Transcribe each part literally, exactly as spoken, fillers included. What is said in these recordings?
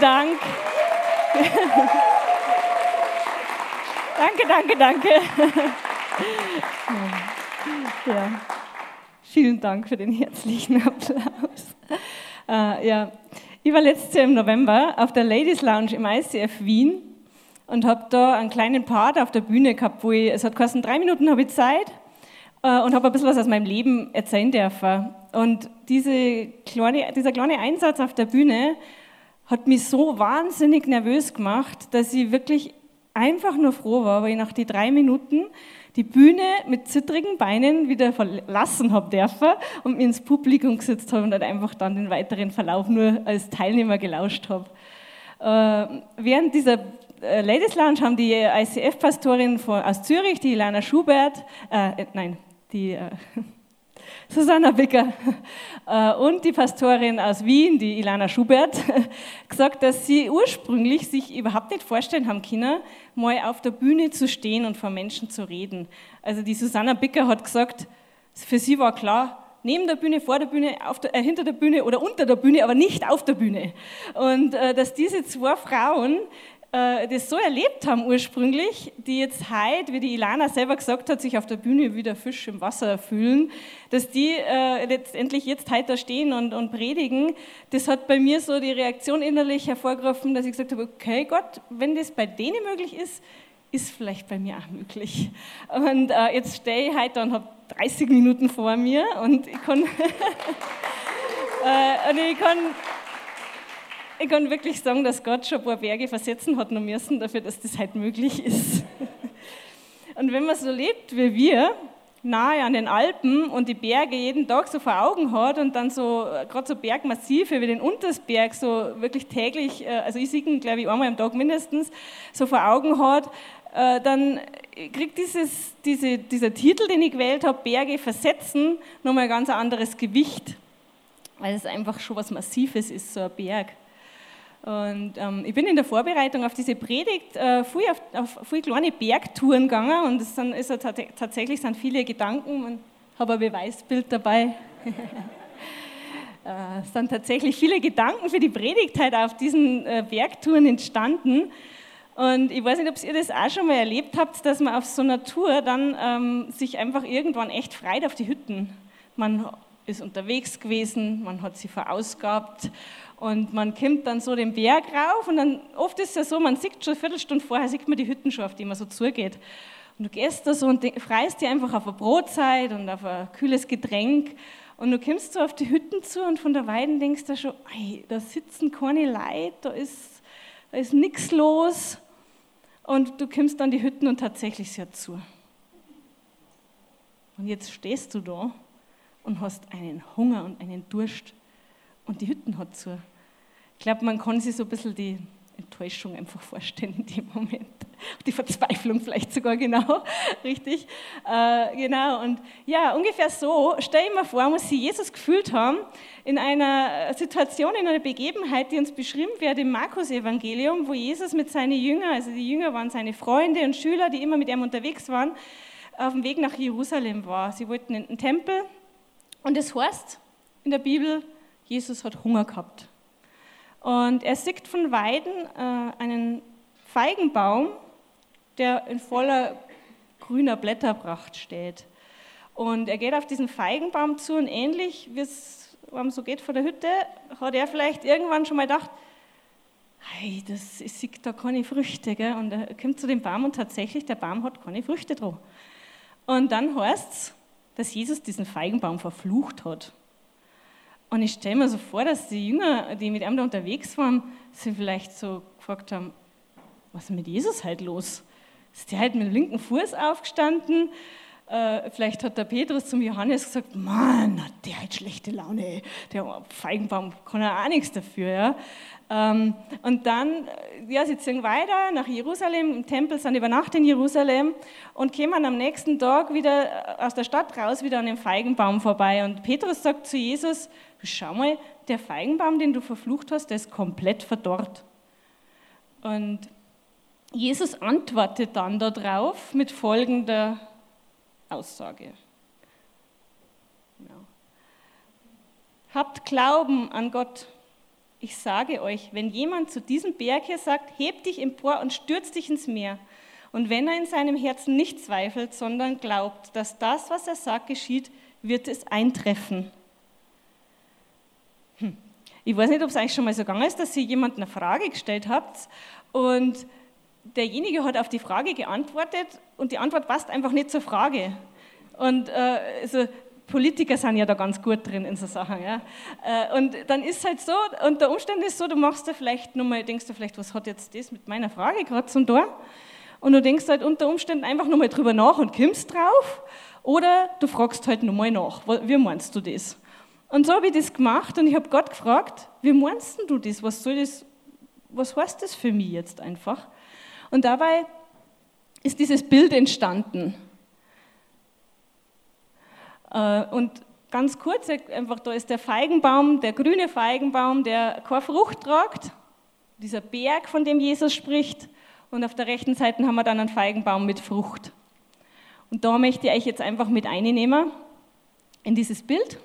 Dank. Danke, danke, danke. Ja. Vielen Dank für den herzlichen Applaus. Äh, ja. Ich war letztes Jahr im November auf der Ladies Lounge im I C F Wien und habe da einen kleinen Part auf der Bühne gehabt, wo ich, es hat geheißen, drei Minuten habe ich Zeit äh, und habe ein bisschen was aus meinem Leben erzählen dürfen. Und diese kleine, dieser kleine Einsatz auf der Bühne hat mich so wahnsinnig nervös gemacht, dass ich wirklich einfach nur froh war, weil ich nach die drei Minuten die Bühne mit zittrigen Beinen wieder verlassen habe dürfen und mir ins Publikum gesetzt habe und dann einfach dann den weiteren Verlauf nur als Teilnehmer gelauscht habe. Äh, während dieser äh, Ladies Lounge haben die I C F-Pastorin aus Zürich, die Ilana Schubert, äh, nein, die äh, Susanna Bicker äh, und die Pastorin aus Wien, die Ilana Schubert, gesagt, dass sie ursprünglich sich überhaupt nicht vorstellen haben können, mal auf der Bühne zu stehen und vor Menschen zu reden. Also die Susanna Bicker hat gesagt, für sie war klar, neben der Bühne, vor der Bühne, auf der, äh, hinter der Bühne oder unter der Bühne, aber nicht auf der Bühne. Und äh, dass diese zwei Frauen äh, das so erlebt haben ursprünglich, die jetzt heute, wie die Ilana selber gesagt hat, sich auf der Bühne wie der Fisch im Wasser fühlen, dass die äh, letztendlich jetzt heute da stehen und, und predigen, das hat bei mir so die Reaktion innerlich hervorgerufen, dass ich gesagt habe, okay Gott, wenn das bei denen möglich ist, ist vielleicht bei mir auch möglich. Und äh, jetzt stehe ich heute und habe dreißig Minuten vor mir und ich kann, äh, und ich kann Ich kann wirklich sagen, dass Gott schon ein paar Berge versetzen hat noch müssen, dafür, dass das halt möglich ist. Und wenn man so lebt wie wir, nahe an den Alpen und die Berge jeden Tag so vor Augen hat und dann so, gerade so Bergmassive wie den Untersberg so wirklich täglich, also ich sehe ihn, glaube ich, einmal am Tag mindestens, so vor Augen hat, dann kriegt dieses, diese, dieser Titel, den ich gewählt habe, Berge versetzen, nochmal ein ganz anderes Gewicht, weil es einfach schon was Massives ist, so ein Berg. Und ähm, ich bin in der Vorbereitung auf diese Predigt äh, viel auf, auf viel kleine Bergtouren gegangen und es sind, ist ja tats- tatsächlich sind viele Gedanken, ich habe ein Beweisbild dabei. äh, es sind tatsächlich viele Gedanken für die Predigt halt auf diesen äh, Bergtouren entstanden. Und ich weiß nicht, ob ihr das auch schon mal erlebt habt, dass man auf so einer Tour dann ähm, sich einfach irgendwann echt freut auf die Hütten. Man ist unterwegs gewesen, man hat sie verausgabt und man kommt dann so den Berg rauf und dann oft ist es ja so, man sieht schon eine Viertelstunde vorher, sieht man die Hütten schon, auf die man so zugeht. Und du gehst da so und freust dich einfach auf eine Brotzeit und auf ein kühles Getränk und du kommst so auf die Hütten zu und von der Weiden denkst du schon, ey, da sitzen keine Leute, da ist, da ist nichts los und du kommst dann die Hütten und tatsächlich ist ja zu. Und jetzt stehst du da und hast einen Hunger und einen Durst und die Hütten hat zu. Ich glaube, man kann sich so ein bisschen die Enttäuschung einfach vorstellen in dem Moment. Die Verzweiflung vielleicht sogar, genau, richtig. Äh, genau, und ja, ungefähr so, stell dir mal vor, muss sich Jesus gefühlt haben, in einer Situation, in einer Begebenheit, die uns beschrieben wird im Markus-Evangelium, wo Jesus mit seinen Jüngern, also die Jünger waren seine Freunde und Schüler, die immer mit ihm unterwegs waren, auf dem Weg nach Jerusalem war. Sie wollten in den Tempel und es heißt in der Bibel, Jesus hat Hunger gehabt. Und er sieht von Weiden äh, einen Feigenbaum, der in voller grüner Blätterpracht steht. Und er geht auf diesen Feigenbaum zu und ähnlich, wie es einem so geht vor der Hütte, hat er vielleicht irgendwann schon mal gedacht, hey, das ist da keine Früchte. Gell? Und er kommt zu dem Baum und tatsächlich, der Baum hat keine Früchte drauf. Und dann heißt es, dass Jesus diesen Feigenbaum verflucht hat. Und ich stelle mir so vor, dass die Jünger, die mit ihm da unterwegs waren, sich vielleicht so gefragt haben, was ist mit Jesus halt los? Ist der halt mit dem linken Fuß aufgestanden? Äh, vielleicht hat der Petrus zum Johannes gesagt, Mann, hat der halt schlechte Laune, der Feigenbaum kann ja auch nichts dafür. Ja? Ähm, und dann, ja, sie ziehen weiter nach Jerusalem, im Tempel, sind über Nacht in Jerusalem und kommen am nächsten Tag wieder aus der Stadt raus, wieder an dem Feigenbaum vorbei. Und Petrus sagt zu Jesus, schau mal, der Feigenbaum, den du verflucht hast, der ist komplett verdorrt. Und Jesus antwortet dann darauf mit folgender Aussage. Ja. Habt Glauben an Gott. ich sage euch, wenn jemand zu diesem Berg hier sagt, heb dich empor und stürz dich ins Meer, und wenn er in seinem Herzen nicht zweifelt, sondern glaubt, dass das, was er sagt, geschieht, wird es eintreffen. Hm. Ich weiß nicht, ob es eigentlich schon mal so gegangen ist, dass ihr jemand eine Frage gestellt habt und derjenige hat auf die Frage geantwortet und die Antwort passt einfach nicht zur Frage. Und äh, also Politiker sind ja da ganz gut drin in so Sachen. Ja. Äh, und dann ist es halt so, unter Umständen ist es so, du machst da vielleicht nochmal, denkst du vielleicht, was hat jetzt das mit meiner Frage gerade zum Tor? Und du denkst halt unter Umständen einfach nochmal drüber nach und kommst drauf. Oder du fragst halt nochmal nach, wie meinst du das? Und so habe ich das gemacht und ich habe Gott gefragt, wie meinst du das? Was soll das, was heißt das für mich jetzt einfach? Und dabei ist dieses Bild entstanden. Und ganz kurz, einfach da ist der Feigenbaum, der grüne Feigenbaum, der keine Frucht tragt, dieser Berg, von dem Jesus spricht. Und auf der rechten Seite haben wir dann einen Feigenbaum mit Frucht. Und da möchte ich euch jetzt einfach mit einnehmen in dieses Bild.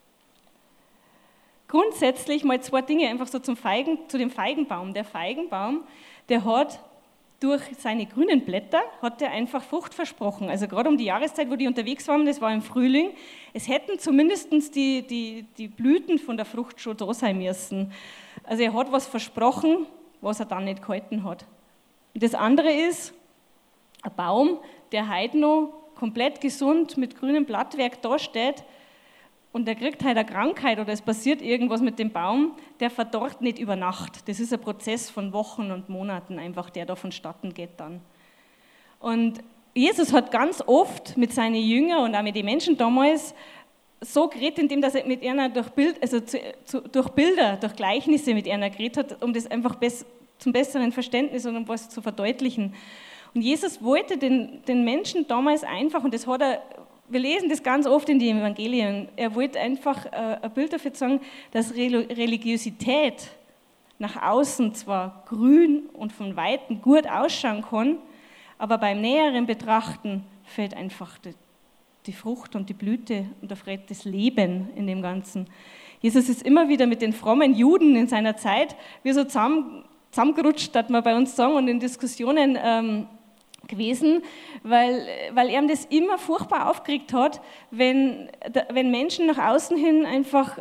Grundsätzlich mal zwei Dinge einfach so zum Feigen, zu dem Feigenbaum. Der Feigenbaum, der hat durch seine grünen Blätter, hat er einfach Frucht versprochen. Also gerade um die Jahreszeit, wo die unterwegs waren, das war im Frühling, es hätten zumindest die, die, die Blüten von der Frucht schon da sein müssen. Also er hat was versprochen, was er dann nicht gehalten hat. Und das andere ist, ein Baum, der heute noch komplett gesund mit grünem Blattwerk dasteht und der kriegt halt eine Krankheit oder es passiert irgendwas mit dem Baum, der verdorrt nicht über Nacht. Das ist ein Prozess von Wochen und Monaten einfach, der da vonstatten geht dann. Und Jesus hat ganz oft mit seinen Jüngern und auch mit den Menschen damals so geredet, indem er mit ihnen durch, Bild, also zu, zu, durch Bilder, durch Gleichnisse mit ihnen geredet hat, um das einfach bess, zum besseren Verständnis und um was zu verdeutlichen. Und Jesus wollte den, den Menschen damals einfach, und das hat er, wir lesen das ganz oft in den Evangelien, er wollte einfach äh, ein Bild dafür sagen, dass Religiosität nach außen zwar grün und von Weitem gut ausschauen kann, aber beim näheren Betrachten fehlt einfach die, die Frucht und die Blüte und da fehlt das Leben in dem Ganzen. Jesus ist immer wieder mit den frommen Juden in seiner Zeit wie so zusammen, zusammengerutscht, hat man bei uns sagen, und in Diskussionen ähm, gewesen, weil, weil er das immer furchtbar aufgeregt hat, wenn, wenn Menschen nach außen hin einfach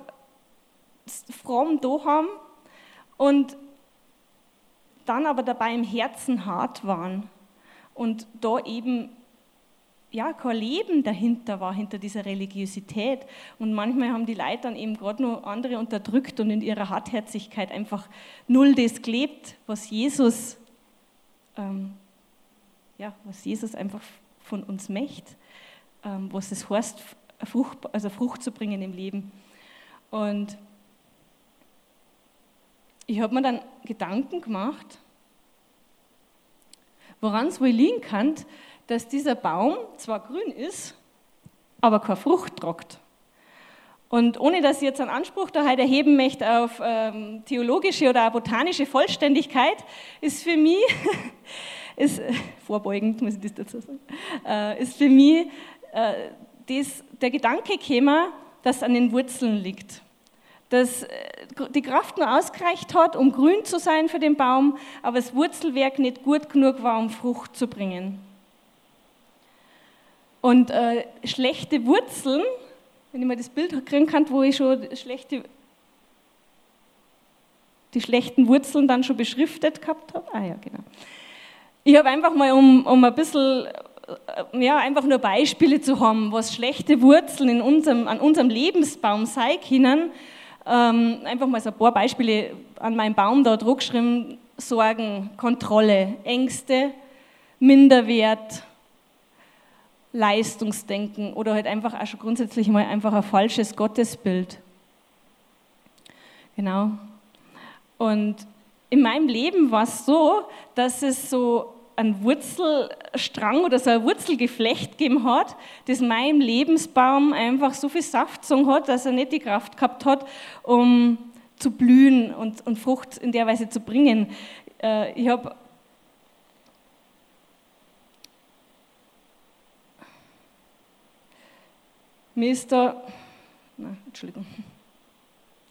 fromm da haben und dann aber dabei im Herzen hart waren und da eben ja, kein Leben dahinter war, hinter dieser Religiosität. Und manchmal haben die Leute dann eben gerade nur andere unterdrückt und in ihrer Hartherzigkeit einfach null das gelebt, was Jesus, ähm, ja, was Jesus einfach von uns möchte, ähm, was es heißt, Frucht, also Frucht zu bringen im Leben. Und ich habe mir dann Gedanken gemacht, woran es wohl liegen kann, dass dieser Baum zwar grün ist, aber keine Frucht tragt. Und ohne, dass ich jetzt einen Anspruch da heute erheben möchte auf ähm, theologische oder botanische Vollständigkeit, ist für mich, ist, vorbeugend muss ich das dazu sagen, äh, ist für mich äh, das, der Gedanke gekommen, dass es an den Wurzeln liegt. Dass die Kraft nur ausgereicht hat, um grün zu sein für den Baum, aber das Wurzelwerk nicht gut genug war, um Frucht zu bringen. Und äh, schlechte Wurzeln, wenn ich mal das Bild kriegen kann, wo ich schon schlechte, die schlechten Wurzeln dann schon beschriftet gehabt habe. Ah ja, genau. Ich habe einfach mal, um, um ein bisschen, äh, ja, einfach nur Beispiele zu haben, was schlechte Wurzeln in unserem, an unserem Lebensbaum sein können, ähm, einfach mal so ein paar Beispiele an meinem Baum da drauf geschrieben: Sorgen, Kontrolle, Ängste, Minderwert, Leistungsdenken oder halt einfach auch schon grundsätzlich mal einfach ein falsches Gottesbild. Genau. Und in meinem Leben war es so, dass es so einen Wurzelstrang oder so ein Wurzelgeflecht gegeben hat, das meinem Lebensbaum einfach so viel Saft gezogen hat, dass er nicht die Kraft gehabt hat, um zu blühen und, und Frucht in der Weise zu bringen. Ich habe Mir ist da, na, Entschuldigung,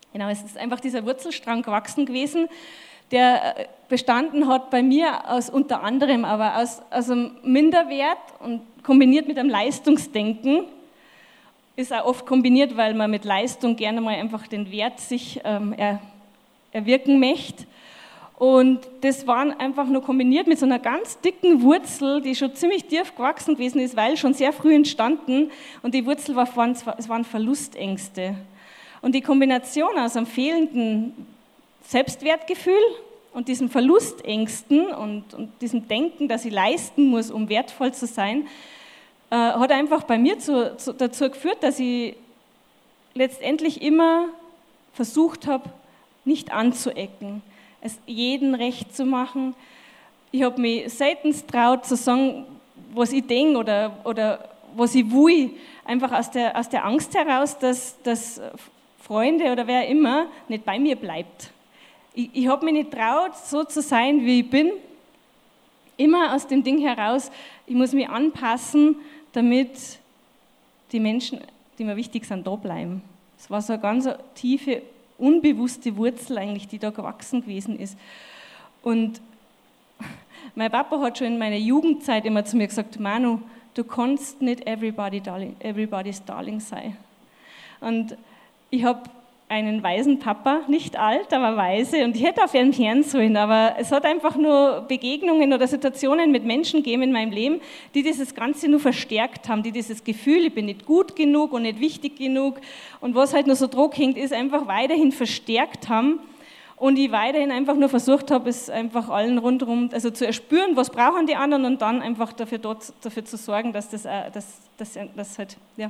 Genau, es ist einfach dieser Wurzelstrang gewachsen gewesen, der bestanden hat bei mir aus unter anderem aber aus, aus einem Minderwert und kombiniert mit einem Leistungsdenken. Ist auch oft kombiniert, weil man mit Leistung gerne mal einfach den Wert sich ähm, er, erwirken möchte. Und das war einfach nur kombiniert mit so einer ganz dicken Wurzel, die schon ziemlich tief gewachsen gewesen ist, weil schon sehr früh entstanden. Und die Wurzel war, es waren Verlustängste. Und die Kombination aus einem fehlenden Selbstwertgefühl und diesen Verlustängsten und, und diesem Denken, dass ich leisten muss, um wertvoll zu sein, äh, hat einfach bei mir zu, zu, dazu geführt, dass ich letztendlich immer versucht habe, nicht anzuecken, es jeden recht zu machen. Ich habe mich selten traut zu sagen, was ich denke oder, oder was ich will, einfach aus der, aus der Angst heraus, dass, dass Freunde oder wer immer nicht bei mir bleibt. Ich, ich habe mich nicht traut, so zu sein, wie ich bin, immer aus dem Ding heraus, ich muss mich anpassen, damit die Menschen, die mir wichtig sind, da bleiben. Es war so eine ganz tiefe, unbewusste Wurzel eigentlich, die da gewachsen gewesen ist. Und mein Papa hat schon in meiner Jugendzeit immer zu mir gesagt, Manu, du kannst nicht everybody darling, everybody's darling sein. Und ich habe einen weisen Papa, nicht alt, aber weise, und ich hätte auf ihn hören sollen, aber es hat einfach nur Begegnungen oder Situationen mit Menschen gegeben in meinem Leben, die dieses Ganze nur verstärkt haben, die dieses Gefühl, ich bin nicht gut genug und nicht wichtig genug und was halt nur so Druck hängt, ist einfach weiterhin verstärkt haben und ich weiterhin einfach nur versucht habe, es einfach allen rundherum, also zu erspüren, was brauchen die anderen und dann einfach dafür, dort, dafür zu sorgen, dass das, dass, dass, dass halt, ja,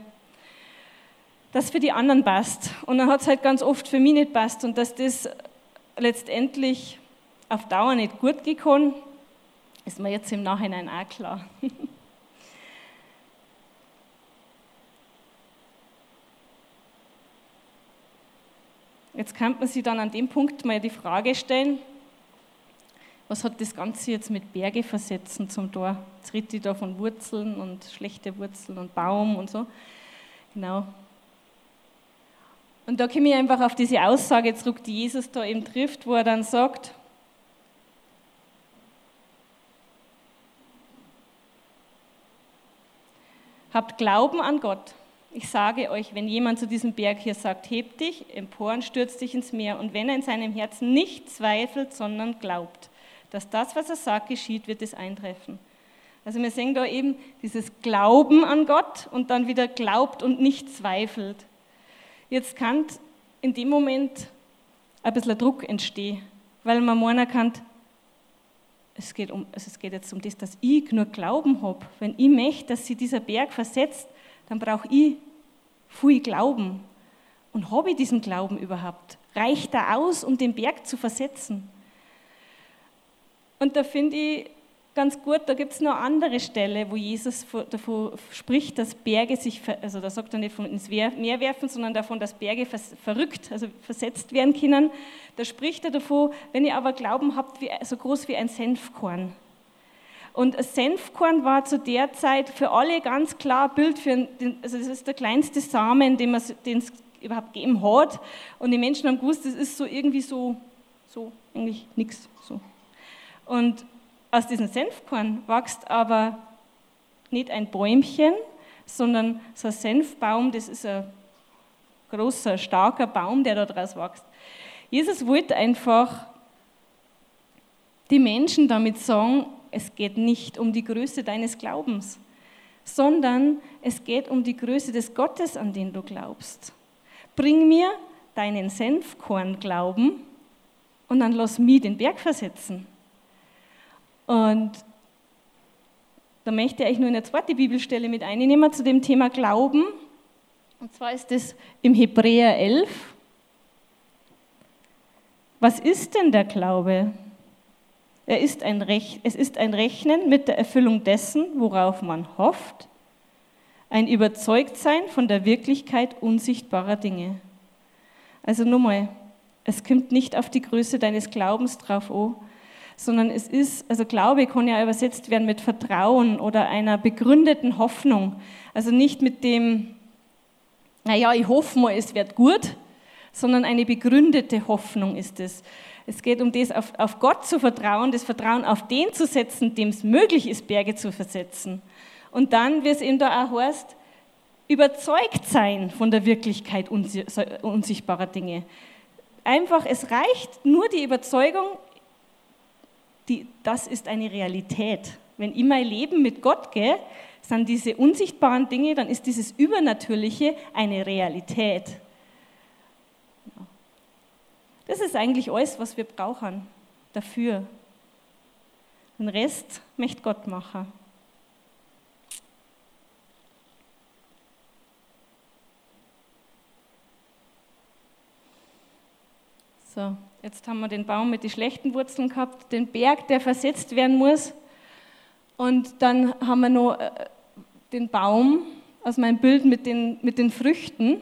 das für die anderen passt. Und dann hat es halt ganz oft für mich nicht passt und dass das letztendlich auf Dauer nicht gut gekommen, ist mir jetzt im Nachhinein auch klar. Jetzt kann man sich dann an dem Punkt mal die Frage stellen, was hat das Ganze jetzt mit Berge versetzen zum Tor? Jetzt rede ich da von Wurzeln und schlechte Wurzeln und Baum und so. Genau. Und da komme ich einfach auf diese Aussage zurück, die Jesus da eben trifft, wo er dann sagt, habt Glauben an Gott. Ich sage euch, wenn jemand zu diesem Berg hier sagt, heb dich empor und stürz dich ins Meer, und wenn er in seinem Herzen nicht zweifelt, sondern glaubt, dass das, was er sagt, geschieht, wird es eintreffen. Also wir sehen da eben dieses Glauben an Gott und dann wieder glaubt und nicht zweifelt. Jetzt kann in dem Moment ein bisschen Druck entstehen, weil man meinen kann, es geht, um, also es geht jetzt um das, dass ich nur Glauben habe. Wenn ich möchte, dass sich dieser Berg versetzt, dann brauche ich viel Glauben. Und habe ich diesen Glauben überhaupt? Reicht er aus, um den Berg zu versetzen? Und da finde ich ganz gut, da gibt es noch eine andere Stelle, wo Jesus davon spricht, dass Berge sich, also da sagt er nicht von ins Meer werfen, sondern davon, dass Berge verrückt, also versetzt werden können. Da spricht er davon, wenn ihr aber Glauben habt, wie, so groß wie ein Senfkorn. Und ein Senfkorn war zu der Zeit für alle ganz klar ein Bild für, den, also das ist der kleinste Samen, den es überhaupt gegeben hat. Und die Menschen haben gewusst, das ist so irgendwie so, so eigentlich nichts. So. Und aus diesem Senfkorn wächst aber nicht ein Bäumchen, sondern so ein Senfbaum, das ist ein großer, starker Baum, der da draus wächst. Jesus wollte einfach die Menschen damit sagen, es geht nicht um die Größe deines Glaubens, sondern es geht um die Größe des Gottes, an den du glaubst. Bring mir deinen Senfkorn-Glauben und dann lass mich den Berg versetzen. Und da möchte ich nur eine zweite Bibelstelle mit einnehmen zu dem Thema Glauben. Und zwar ist das im Hebräer elf. Was ist denn der Glaube? Er ist ein Rech- es ist ein Rechnen mit der Erfüllung dessen, worauf man hofft, ein Überzeugtsein von der Wirklichkeit unsichtbarer Dinge. Also nochmal, es kommt nicht auf die Größe deines Glaubens drauf an, sondern es ist, also Glaube kann ja übersetzt werden mit Vertrauen oder einer begründeten Hoffnung. Also nicht mit dem, naja, ich hoffe mal, es wird gut, sondern eine begründete Hoffnung ist es. Es geht um das, auf, auf Gott zu vertrauen, das Vertrauen auf den zu setzen, dem es möglich ist, Berge zu versetzen. Und dann, wie es eben da auch heißt, überzeugt sein von der Wirklichkeit unsichtbarer Dinge. Einfach, es reicht nur die Überzeugung, die, das ist eine Realität. Wenn ich mein Leben mit Gott gehe, sind diese unsichtbaren Dinge, dann ist dieses Übernatürliche eine Realität. Das ist eigentlich alles, was wir brauchen dafür. Den Rest möchte Gott machen. So, jetzt haben wir den Baum mit den schlechten Wurzeln gehabt, den Berg, der versetzt werden muss. Und dann haben wir noch den Baum aus meinem Bild mit den, mit den Früchten.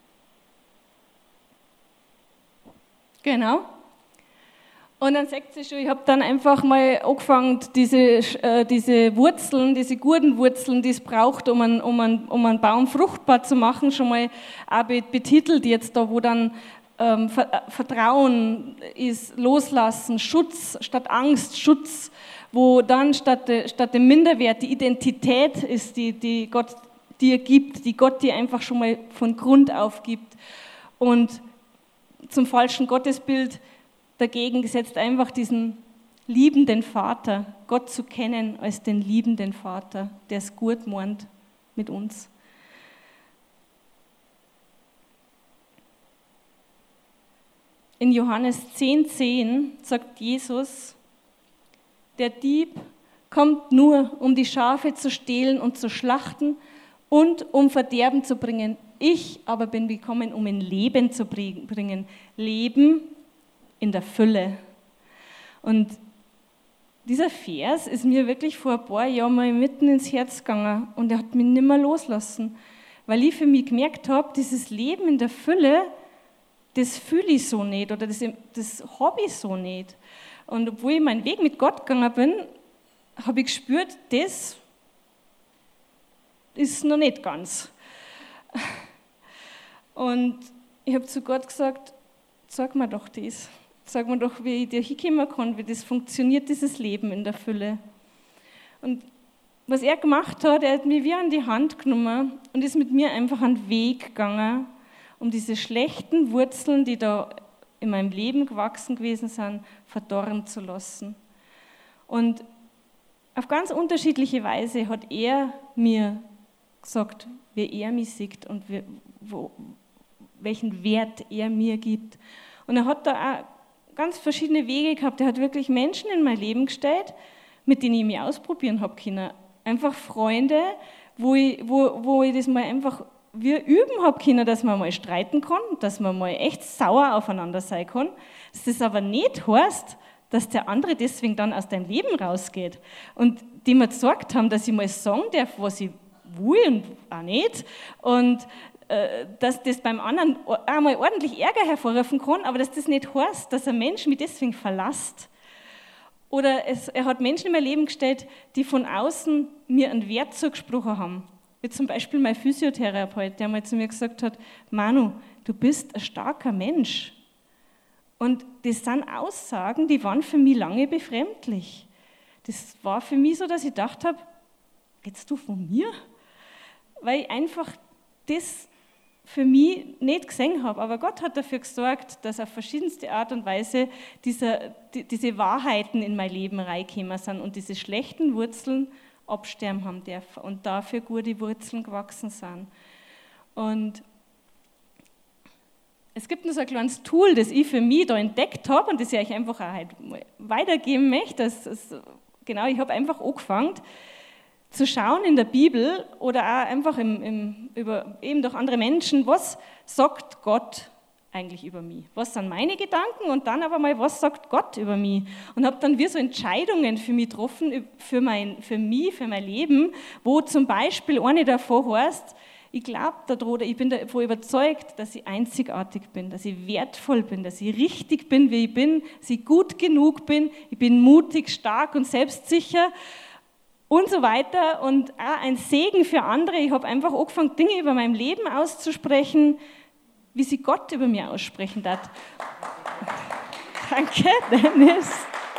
Genau. Und dann sagt sie schon, ich habe dann einfach mal angefangen, diese, äh, diese Wurzeln, diese guten Wurzeln, die es braucht, um einen, um, einen, um einen Baum fruchtbar zu machen, schon mal auch betitelt jetzt da, wo dann ähm, Vertrauen ist, Loslassen, Schutz statt Angst, Schutz, wo dann statt, statt dem Minderwert die Identität ist, die, die Gott dir gibt, die Gott dir einfach schon mal von Grund auf gibt. Und zum falschen Gottesbild dagegen gesetzt einfach diesen liebenden Vater, Gott zu kennen als den liebenden Vater, der es gut meint mit uns. In Johannes zehn zehn sagt Jesus, der Dieb kommt nur, um die Schafe zu stehlen und zu schlachten und um Verderben zu bringen. Ich aber bin gekommen, um in Leben zu bringen. Leben in der Fülle. Und dieser Vers ist mir wirklich vor ein paar Jahren mal mitten ins Herz gegangen und er hat mich nicht mehr loslassen, weil ich für mich gemerkt habe, dieses Leben in der Fülle, das fühle ich so nicht oder das, das habe ich so nicht. Und obwohl ich meinen Weg mit Gott gegangen bin, habe ich gespürt, das ist noch nicht ganz. Und ich habe zu Gott gesagt, sag mir doch das. Sag mir doch, wie ich dir hinkommen kann, wie das funktioniert, dieses Leben in der Fülle. Und was er gemacht hat, er hat mich wie an die Hand genommen und ist mit mir einfach einen Weg gegangen, um diese schlechten Wurzeln, die da in meinem Leben gewachsen gewesen sind, verdorren zu lassen. Und auf ganz unterschiedliche Weise hat er mir gesagt, wie er mich sieht und wie, wo, welchen Wert er mir gibt. Und er hat da auch ganz verschiedene Wege gehabt. Er hat wirklich Menschen in mein Leben gestellt, mit denen ich mich ausprobieren habe können. Einfach Freunde, wo ich, wo, wo ich das mal einfach wir üben habe können, dass man mal streiten kann, dass man mal echt sauer aufeinander sein kann. Dass das aber nicht heißt, dass der andere deswegen dann aus deinem Leben rausgeht. Und die mir gesagt haben, dass ich mal sagen darf, was ich will und auch nicht. Und äh, dass das beim anderen auch mal ordentlich Ärger hervorrufen kann, aber dass das nicht heißt, dass ein Mensch mich deswegen verlässt. Oder es, er hat Menschen in mein Leben gestellt, die von außen mir einen Wert zugesprochen haben. Wie zum Beispiel mein Physiotherapeut, der mal zu mir gesagt hat, Manu, du bist ein starker Mensch. Und das sind Aussagen, die waren für mich lange befremdlich. Das war für mich so, dass ich gedacht habe, redest du von mir? Weil ich einfach das für mich nicht gesehen habe. Aber Gott hat dafür gesorgt, dass auf verschiedenste Art und Weise diese, die, diese Wahrheiten in mein Leben reingekommen sind und diese schlechten Wurzeln absterben haben dürfen und dafür gute Wurzeln gewachsen sind. Und es gibt noch so ein kleines Tool, das ich für mich da entdeckt habe und das ich euch einfach auch halt weitergeben möchte. Das ist, genau, ich habe einfach angefangen zu schauen in der Bibel oder auch einfach im, im, über, eben durch andere Menschen, was sagt Gott eigentlich über mich? Was sind meine Gedanken und dann aber mal, was sagt Gott über mich? Und habe dann wie so Entscheidungen für mich getroffen, für, mein, für mich, für mein Leben, wo zum Beispiel eine davon heißt, ich glaube daran oder ich bin davon überzeugt, dass ich einzigartig bin, dass ich wertvoll bin, dass ich richtig bin, wie ich bin, dass ich gut genug bin, ich bin mutig, stark und selbstsicher und so weiter und auch ein Segen für andere. Ich habe einfach angefangen, Dinge über mein Leben auszusprechen, wie sie Gott über mir aussprechen darf. Danke, Dennis.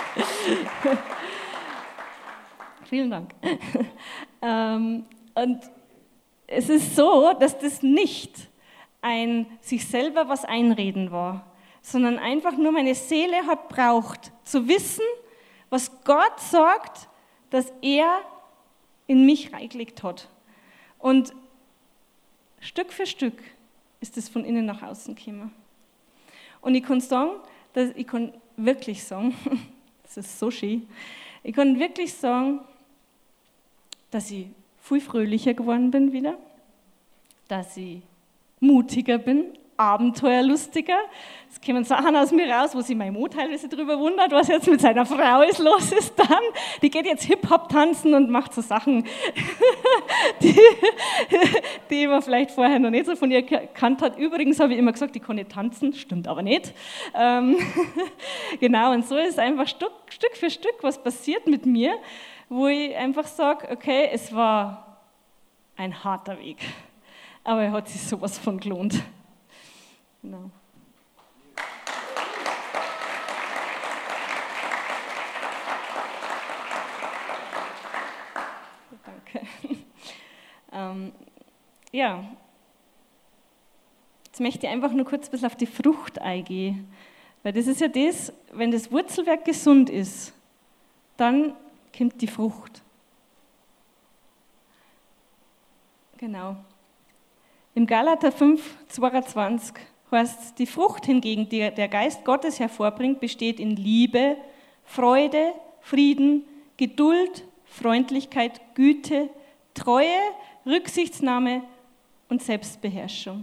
Vielen Dank. Ähm, und es ist so, dass das nicht ein sich selber was einreden war, sondern einfach nur meine Seele hat braucht, zu wissen, was Gott sagt, dass er in mich reingelegt hat. Und Stück für Stück ist es von innen nach außen gekommen. Und ich kann sagen, dass ich kann wirklich sagen, das ist so schön, ich kann wirklich sagen, dass ich viel fröhlicher geworden bin wieder, dass ich mutiger bin, abenteuerlustiger. Es kommen Sachen aus mir raus, wo sich meine Mutter teilweise darüber wundert, was jetzt mit seiner Frau ist, los ist dann. Die geht jetzt Hip-Hop tanzen und macht so Sachen, die, die man vielleicht vorher noch nicht so von ihr gekannt hat. Übrigens habe ich immer gesagt, ich kann nicht tanzen, stimmt aber nicht. Ähm, genau, und so ist einfach Stück, Stück für Stück was passiert mit mir, wo ich einfach sage, okay, es war ein harter Weg, aber er hat sich sowas von gelohnt. Genau. Danke. Ähm, ja, jetzt möchte ich einfach nur kurz ein bisschen auf die Frucht eingehen, weil das ist ja das, wenn das Wurzelwerk gesund ist, dann kommt die Frucht. Genau. Im Galater fünf, zweiundzwanzig heißt, die Frucht hingegen, die der Geist Gottes hervorbringt, besteht in Liebe, Freude, Frieden, Geduld, Freundlichkeit, Güte, Treue, Rücksichtnahme und Selbstbeherrschung.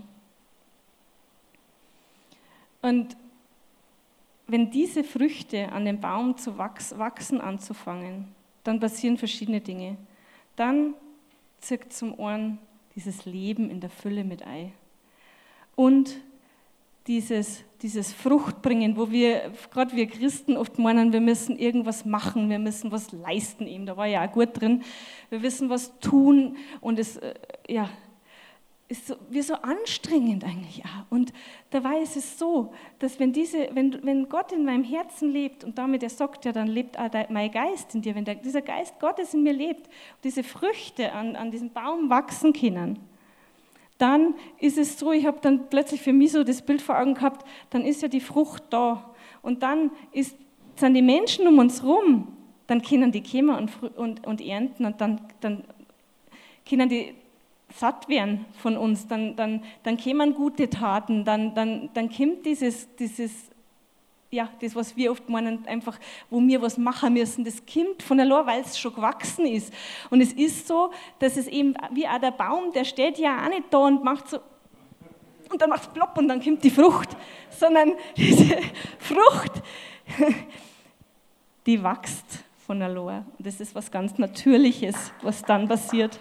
Und wenn diese Früchte an dem Baum zu wachsen anzufangen, dann passieren verschiedene Dinge. Dann zirkt zum Ohren dieses Leben in der Fülle mit ein. Und dieses, dieses Fruchtbringen, wo wir, gerade wir Christen oft meinen, wir müssen irgendwas machen, wir müssen was leisten eben, da war ja auch gut drin, wir müssen was tun und es ja, ist so, wie so anstrengend eigentlich auch. Und dabei ist es so, dass wenn, diese, wenn, wenn Gott in meinem Herzen lebt und damit er sagt ja, dann lebt auch der, mein Geist in dir, wenn der, dieser Geist Gottes in mir lebt, und diese Früchte an, an diesem Baum wachsen können, dann ist es so, ich habe dann plötzlich für mich so das Bild vor Augen gehabt, dann ist ja die Frucht da und dann ist, sind die Menschen um uns rum, dann können die kommen und, und, und ernten und dann, dann können die satt werden von uns, dann, dann, dann kommen gute Taten, dann, dann, dann kommt dieses, dieses, ja, das, was wir oft meinen, einfach, wo wir was machen müssen, das kommt von allein, weil es schon gewachsen ist. Und es ist so, dass es eben, wie auch der Baum, der steht ja auch nicht da und macht so, und dann macht es plopp und dann kommt die Frucht, sondern diese Frucht, die wächst von allein. Und das ist was ganz Natürliches, was dann passiert.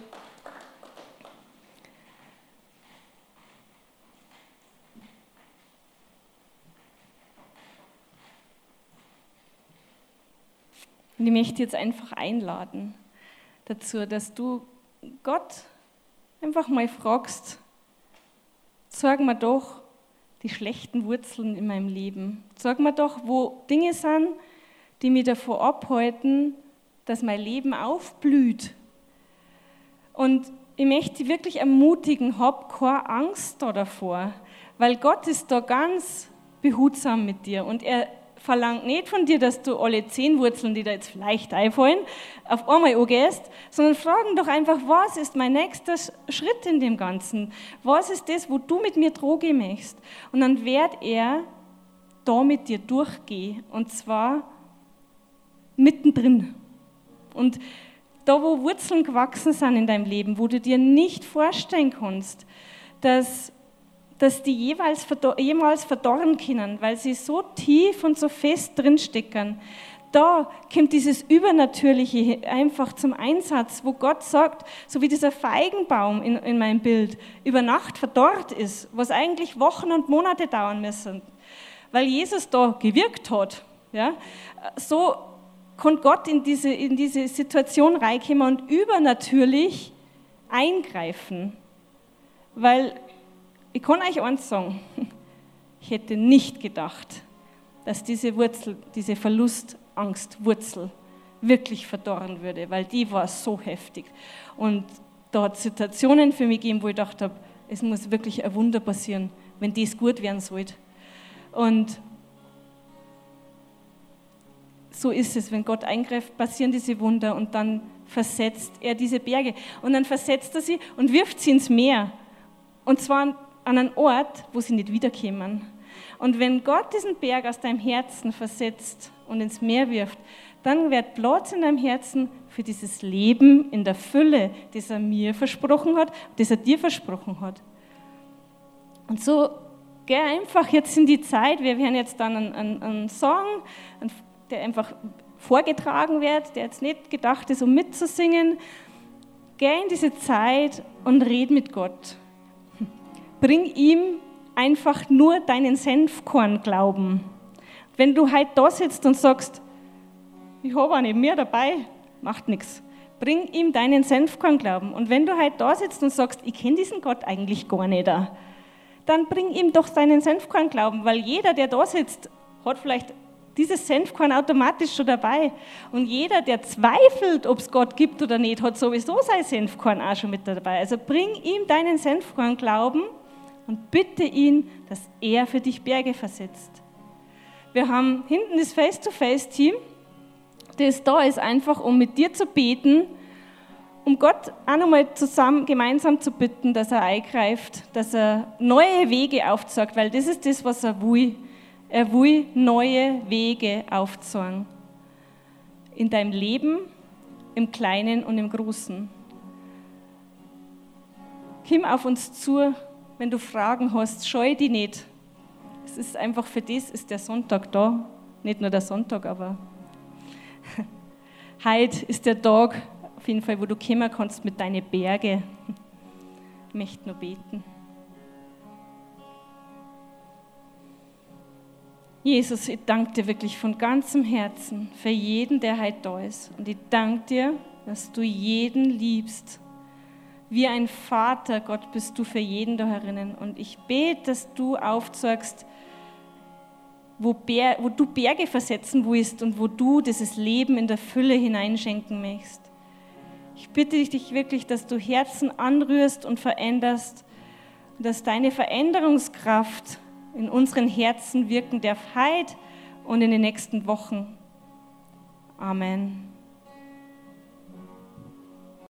Und ich möchte jetzt einfach einladen dazu, dass du Gott einfach mal fragst, sag mir doch die schlechten Wurzeln in meinem Leben. Sag mir doch, wo Dinge sind, die mich davor abhalten, dass mein Leben aufblüht. Und ich möchte dich wirklich ermutigen, hab keine Angst da davor, weil Gott ist da ganz behutsam mit dir und er verlangt nicht von dir, dass du alle zehn Wurzeln, die da jetzt vielleicht einfallen, auf einmal angehst, sondern fragen doch einfach, was ist mein nächster Schritt in dem Ganzen? Was ist das, wo du mit mir drohen möchtest? Und dann wird er da mit dir durchgehen, und zwar mittendrin. Und da, wo Wurzeln gewachsen sind in deinem Leben, wo du dir nicht vorstellen kannst, dass dass die jeweils, jemals verdorren können, weil sie so tief und so fest drinstecken. Da kommt dieses Übernatürliche einfach zum Einsatz, wo Gott sagt, so wie dieser Feigenbaum in, in meinem Bild über Nacht verdorrt ist, was eigentlich Wochen und Monate dauern müssen, weil Jesus da gewirkt hat. Ja? So kann Gott in diese, in diese Situation reinkommen und übernatürlich eingreifen, weil ich kann euch eins sagen, Ich hätte nicht gedacht, dass diese Wurzel, diese Verlustangstwurzel wirklich verdorren würde, weil die war so heftig. Und da hat es Situationen für mich gegeben, wo ich gedacht habe, es muss wirklich ein Wunder passieren, wenn das gut werden sollte. Und so ist es, wenn Gott eingreift, passieren diese Wunder und dann versetzt er diese Berge. Und dann versetzt er sie und wirft sie ins Meer. Und zwar an einen Ort, wo sie nicht wiederkommen. Und wenn Gott diesen Berg aus deinem Herzen versetzt und ins Meer wirft, dann wird Platz in deinem Herzen für dieses Leben in der Fülle, das er mir versprochen hat, das er dir versprochen hat. Und so geh einfach jetzt in die Zeit, wir werden jetzt dann einen, einen, einen Song, der einfach vorgetragen wird, der jetzt nicht gedacht ist, um mitzusingen. Geh in diese Zeit und red mit Gott. Bring ihm einfach nur deinen Senfkorn-Glauben. Wenn du heute da sitzt und sagst, ich habe auch nicht mehr dabei, macht nichts. Bring ihm deinen Senfkorn-Glauben. Und wenn du heute da sitzt und sagst, ich kenne diesen Gott eigentlich gar nicht, dann bring ihm doch deinen Senfkorn-Glauben, weil jeder, der da sitzt, hat vielleicht dieses Senfkorn automatisch schon dabei. Und jeder, der zweifelt, ob es Gott gibt oder nicht, hat sowieso sein Senfkorn auch schon mit dabei. Also bring ihm deinen Senfkorn-Glauben und bitte ihn, dass er für dich Berge versetzt. Wir haben hinten das Face-to-Face-Team, das da ist, einfach um mit dir zu beten, um Gott auch nochmal zusammen, gemeinsam zu bitten, dass er eingreift, dass er neue Wege aufzeigt, weil das ist das, was er will. Er will neue Wege aufzeigen. In deinem Leben, im Kleinen und im Großen. Komm auf uns zu, wenn du Fragen hast, scheu die nicht. Es ist einfach für das ist der Sonntag da. Nicht nur der Sonntag, aber heute ist der Tag, auf jeden Fall, wo du kommen kannst mit deinen Bergen. Ich möchte nur beten. Jesus, ich danke dir wirklich von ganzem Herzen für jeden, der heute da ist. Und ich danke dir, dass du jeden liebst. Wie ein Vater, Gott, bist du für jeden da herinnen. Und ich bete, dass du aufzeigst, wo, Ber- wo du Berge versetzen willst und wo du dieses Leben in der Fülle hineinschenken möchtest. Ich bitte dich wirklich, dass du Herzen anrührst und veränderst und dass deine Veränderungskraft in unseren Herzen wirken darf heute und in den nächsten Wochen. Amen.